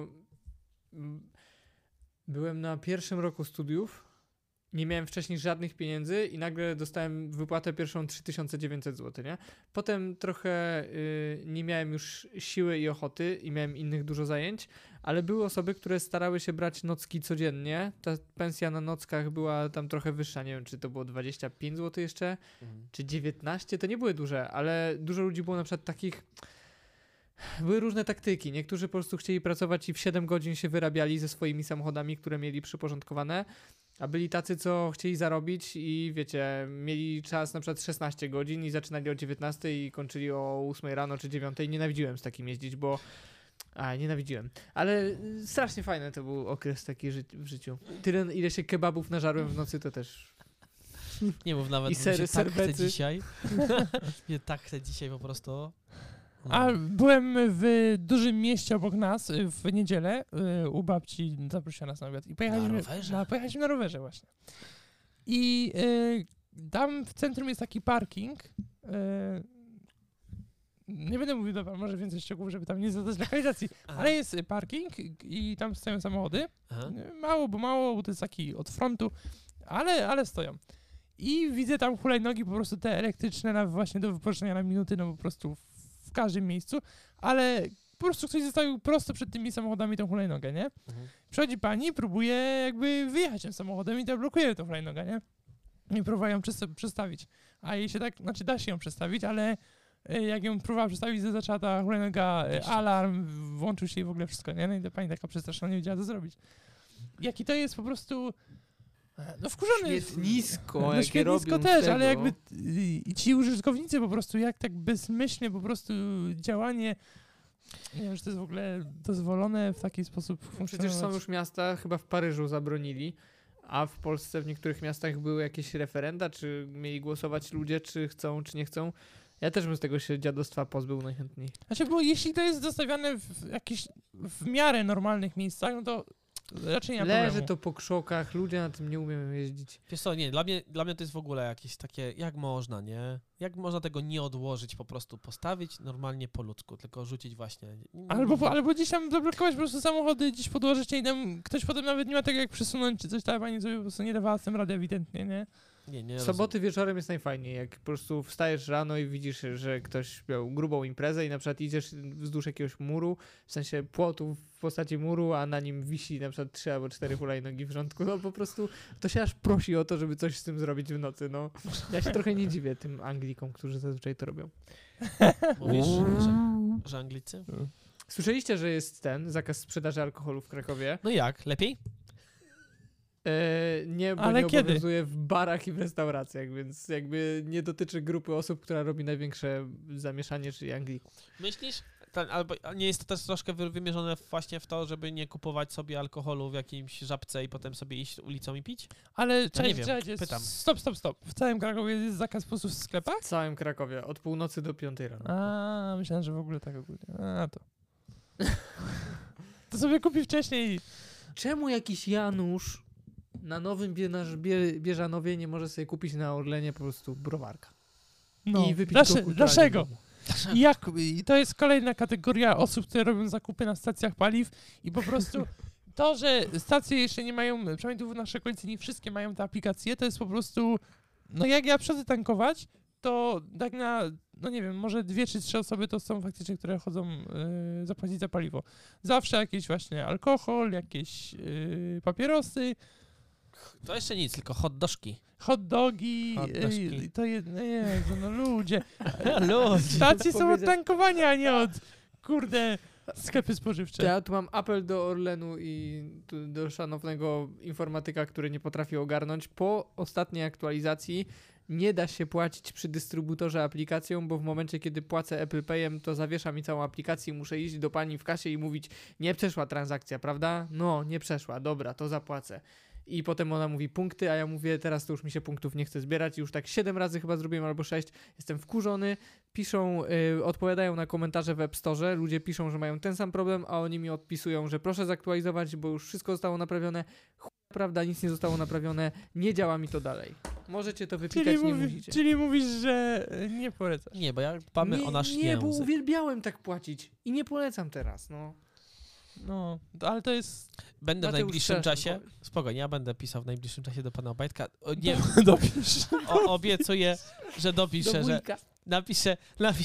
byłem na pierwszym roku studiów, nie miałem wcześniej żadnych pieniędzy i nagle dostałem wypłatę pierwszą 3900 zł, nie? Potem trochę nie miałem już siły i ochoty i miałem innych dużo zajęć, ale były osoby, które starały się brać nocki codziennie. Ta pensja na nockach była tam trochę wyższa, nie wiem, czy to było 25 zł jeszcze, czy 19, to nie były duże, ale dużo ludzi było na przykład takich... Były różne taktyki. Niektórzy po prostu chcieli pracować i w 7 godzin się wyrabiali ze swoimi samochodami, które mieli przyporządkowane, a byli tacy, co chcieli zarobić i wiecie, mieli czas na przykład 16 godzin i zaczynali o 19 i kończyli o 8 rano czy 9. Nienawidziłem z takim jeździć, bo... nienawidziłem. Ale strasznie fajny to był okres taki w życiu. Tyle, ile się kebabów nażarłem w nocy, to też... Nie mów nawet, i sery, tak chcę dzisiaj. Nie, tak chcę dzisiaj po prostu. A byłem w dużym mieście obok nas w niedzielę, u babci zaprosiła nas na obiad i pojechaliśmy na rowerze właśnie. I tam w centrum jest taki parking, nie będę mówił, dobra, może więcej szczegółów, żeby tam nie zadać lokalizacji, ale jest parking i tam stoją samochody, mało, bo to jest taki od frontu, ale stoją. I widzę tam hulajnogi po prostu te elektryczne właśnie do wypożyczenia na minuty, no po prostu w każdym miejscu, ale po prostu ktoś zostawił prosto przed tymi samochodami tą hulajnogę, nie? Przychodzi pani, próbuje jakby wyjechać tym samochodem i to blokuje tą hulajnogę, nie? I próbuje ją przestawić. A jej się tak, znaczy da się ją przestawić, ale jak ją próbowała przestawić, to zaczęła ta hulajnoga, alarm, włączył się i w ogóle wszystko, nie? No i ta pani taka przestraszona, nie wiedziała co zrobić. Jaki to jest po prostu... No wkurzony. Śmietnisko, no śmietnisko też, ale jakby ci użytkownicy po prostu, jak tak bezmyślnie po prostu działanie, nie wiem, że to jest w ogóle dozwolone w taki sposób funkcjonować. Przecież są już miasta, chyba w Paryżu zabronili, a w Polsce w niektórych miastach były jakieś referenda, czy mieli głosować ludzie, czy chcą, czy nie chcą. Ja też bym z tego się dziadostwa pozbył najchętniej. Znaczy, bo jeśli to jest zostawiane w miarę normalnych miejscach, no to raczej nie ma problemu. Leży to po krzokach, ludzie na tym nie umieją jeździć. Wiesz co, nie, dla mnie to jest w ogóle jakieś takie, jak można, nie? Jak można tego nie odłożyć, po prostu postawić normalnie po ludzku, tylko rzucić właśnie. Albo gdzieś tam zablokować po prostu samochody, gdzieś podłożyć i tam ktoś potem nawet nie ma tego jak przesunąć, czy coś tam, pani sobie po prostu nie dawała z tym rady ewidentnie, nie? Nie Soboty wieczorem jest najfajniej, jak po prostu wstajesz rano i widzisz, że ktoś miał grubą imprezę i na przykład idziesz wzdłuż jakiegoś muru, w sensie płotu w postaci muru, a na nim wisi na przykład 3 albo 4 hulajnogi w rządku, no po prostu to się aż prosi o to, żeby coś z tym zrobić w nocy, no. Ja się trochę nie dziwię tym Anglikom, którzy zazwyczaj to robią. Mówisz, że Anglicy? Słyszeliście, że jest zakaz sprzedaży alkoholu w Krakowie? No jak? Lepiej? Nie, bo ale nie kiedy? obowiązuje w barach i w restauracjach, więc jakby nie dotyczy grupy osób, która robi największe zamieszanie, czyli Anglików. Myślisz? Albo nie jest to też troszkę wymierzone właśnie w to, żeby nie kupować sobie alkoholu w jakimś żabce i potem sobie iść ulicą i pić? Ale pytam. Stop. W całym Krakowie jest zakaz po prostu w sklepach? W całym Krakowie, od północy do 5 rano. Myślałem, że w ogóle tak ogólnie. To. To sobie kupi wcześniej. Czemu jakiś Janusz na Nowym Bieżanowie nie może sobie kupić na Orlenie po prostu browarka? No, I wypić dlaczego? I to jest kolejna kategoria osób, które robią zakupy na stacjach paliw i po prostu to, że stacje jeszcze nie mają, przynajmniej tu w naszej okolicy nie wszystkie mają te aplikacje, to jest po prostu no jak ja przychodzę tankować, to tak na, no nie wiem, może 2 czy 3 osoby to są faktycznie, które chodzą zapłacić za paliwo. Zawsze jakieś właśnie alkohol, jakieś papierosy, To jeszcze nic, tylko hot dożki. hot dogi, Hot dożki. to Jezu, no ludzie. Ludzie. Stacje są od Powiedzieć- tankowania, a nie od, kurde, sklepy spożywcze. Ja tu mam apel do Orlenu i do szanownego informatyka, który nie potrafi ogarnąć. Po ostatniej aktualizacji nie da się płacić przy dystrybutorze aplikacją, bo w momencie, kiedy płacę Apple Payem, to zawiesza mi całą aplikację i muszę iść do pani w kasie i mówić, nie przeszła transakcja, prawda? No, nie przeszła, dobra, to zapłacę. I potem ona mówi punkty, a ja mówię, teraz to już mi się punktów nie chce zbierać. Już tak 7 razy chyba zrobiłem, albo 6. Jestem wkurzony. Piszą, odpowiadają na komentarze w App Store. Ludzie piszą, że mają ten sam problem, a oni mi odpisują, że proszę zaktualizować, bo już wszystko zostało naprawione. Prawda, nic nie zostało naprawione. Nie działa mi to dalej. Możecie to wypikać, nie musicie. Czyli mówisz, że nie polecasz. Nie, bo jak dbamy o nasz nie, bo język. uwielbiałem tak płacić i nie polecam teraz, no. No, ale to jest... Będę w Mateusz, najbliższym przepraszam, czasie, powiedz. spokojnie, ja będę pisał w najbliższym czasie do pana Obajtka. Nie, Dopisz. obiecuję, że dopiszę, Do że wujka. napiszę,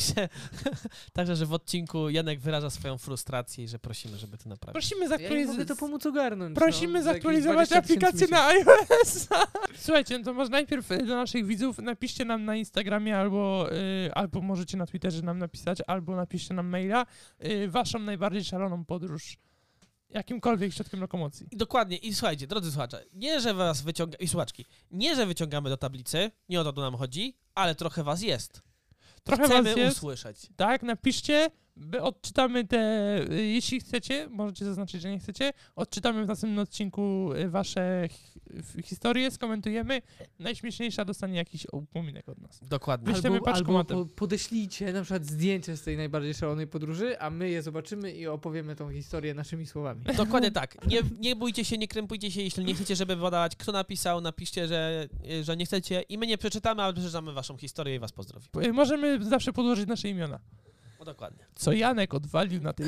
także, że w odcinku Janek wyraża swoją frustrację i że prosimy, żeby to naprawić. Prosimy Ja nie mogę to zaktualizować... pomóc ogarnąć. Prosimy no, za jakieś zaktualizować 20 000 aplikację myśli. na iOS. Słuchajcie, no to może najpierw do naszych widzów napiszcie nam na Instagramie albo możecie na Twitterze nam napisać, albo napiszcie nam maila waszą najbardziej szaloną podróż jakimkolwiek środkiem lokomocji. I dokładnie, i słuchajcie, drodzy słuchacze, nie, że was i słuchaczki, nie, że wyciągamy do tablicy, nie o to tu nam chodzi, ale trochę was jest. Trochę Chcemy was jest. usłyszeć. Tak, napiszcie, my odczytamy jeśli chcecie, możecie zaznaczyć, że nie chcecie, odczytamy w następnym odcinku wasze historie, skomentujemy, najśmieszniejsza dostanie jakiś upominek od nas. Dokładnie. Wyślemy paczkomatem. Podeślijcie na przykład zdjęcie z tej najbardziej szalonej podróży, a my je zobaczymy i opowiemy tą historię naszymi słowami. Dokładnie tak. Nie bójcie się, nie krępujcie się, jeśli nie chcecie, żeby podawać, kto napisał, napiszcie, że nie chcecie i my nie przeczytamy, ale przeczytamy waszą historię i was pozdrowi. Możemy zawsze podłożyć nasze imiona. No dokładnie. Co Janek odwalił na tej...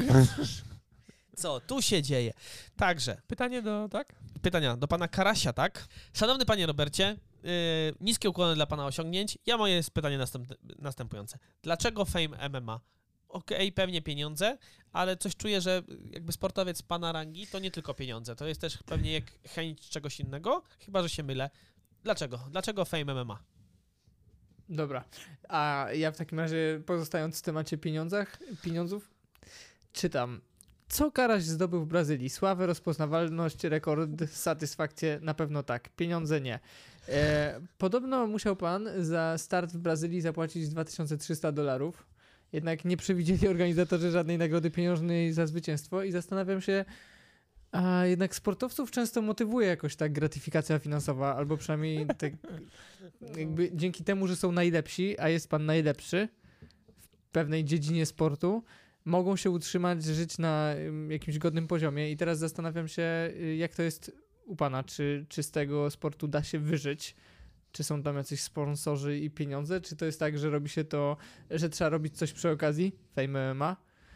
Co tu się dzieje? Także, Pytanie tak? pytania do pana Karasia, tak? Szanowny panie Robercie, niskie ukłony dla pana osiągnięć. Moje jest pytanie następujące. Dlaczego Fame MMA? Okej, pewnie pieniądze, ale coś czuję, że jakby sportowiec pana rangi to nie tylko pieniądze, to jest też pewnie jak chęć czegoś innego, chyba że się mylę. Dlaczego? Dlaczego Fame MMA? Dobra, a ja w takim razie pozostając w temacie pieniądzów, czytam. Co Karaś zdobył w Brazylii? Sławę, rozpoznawalność, rekord, satysfakcję? Na pewno tak. Pieniądze nie. Podobno musiał pan za start w Brazylii zapłacić $2300. Jednak nie przewidzieli organizatorzy żadnej nagrody pieniężnej za zwycięstwo i zastanawiam się, a jednak sportowców często motywuje jakoś tak gratyfikacja finansowa, albo przynajmniej tak jakby dzięki temu, że są najlepsi, a jest pan najlepszy w pewnej dziedzinie sportu, mogą się utrzymać, żyć na jakimś godnym poziomie i teraz zastanawiam się, jak to jest u pana, czy z tego sportu da się wyżyć, czy są tam jacyś sponsorzy i pieniądze, czy to jest tak, że robi się to, że trzeba robić coś przy okazji, Fame MMA,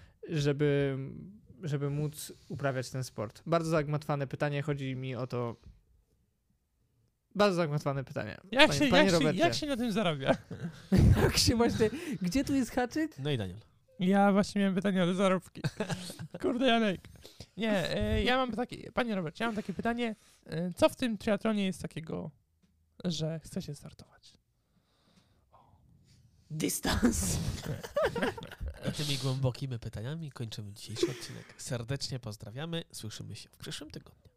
żeby móc uprawiać ten sport. Bardzo zagmatwane pytanie, chodzi mi o to. Bardzo zagmatwane pytanie. Jak się na tym zarabia? Jak się właśnie. Gdzie tu jest haczyk? No i Daniel. Ja właśnie miałem pytanie o zarobki. Kurde Janek. Nie, ja mam takie, panie Robert, ja mam takie pytanie, co w tym triatlonie jest takiego, że chce się startować? Dystans. I tymi głębokimi pytaniami kończymy dzisiejszy odcinek. Serdecznie pozdrawiamy. Słyszymy się w przyszłym tygodniu.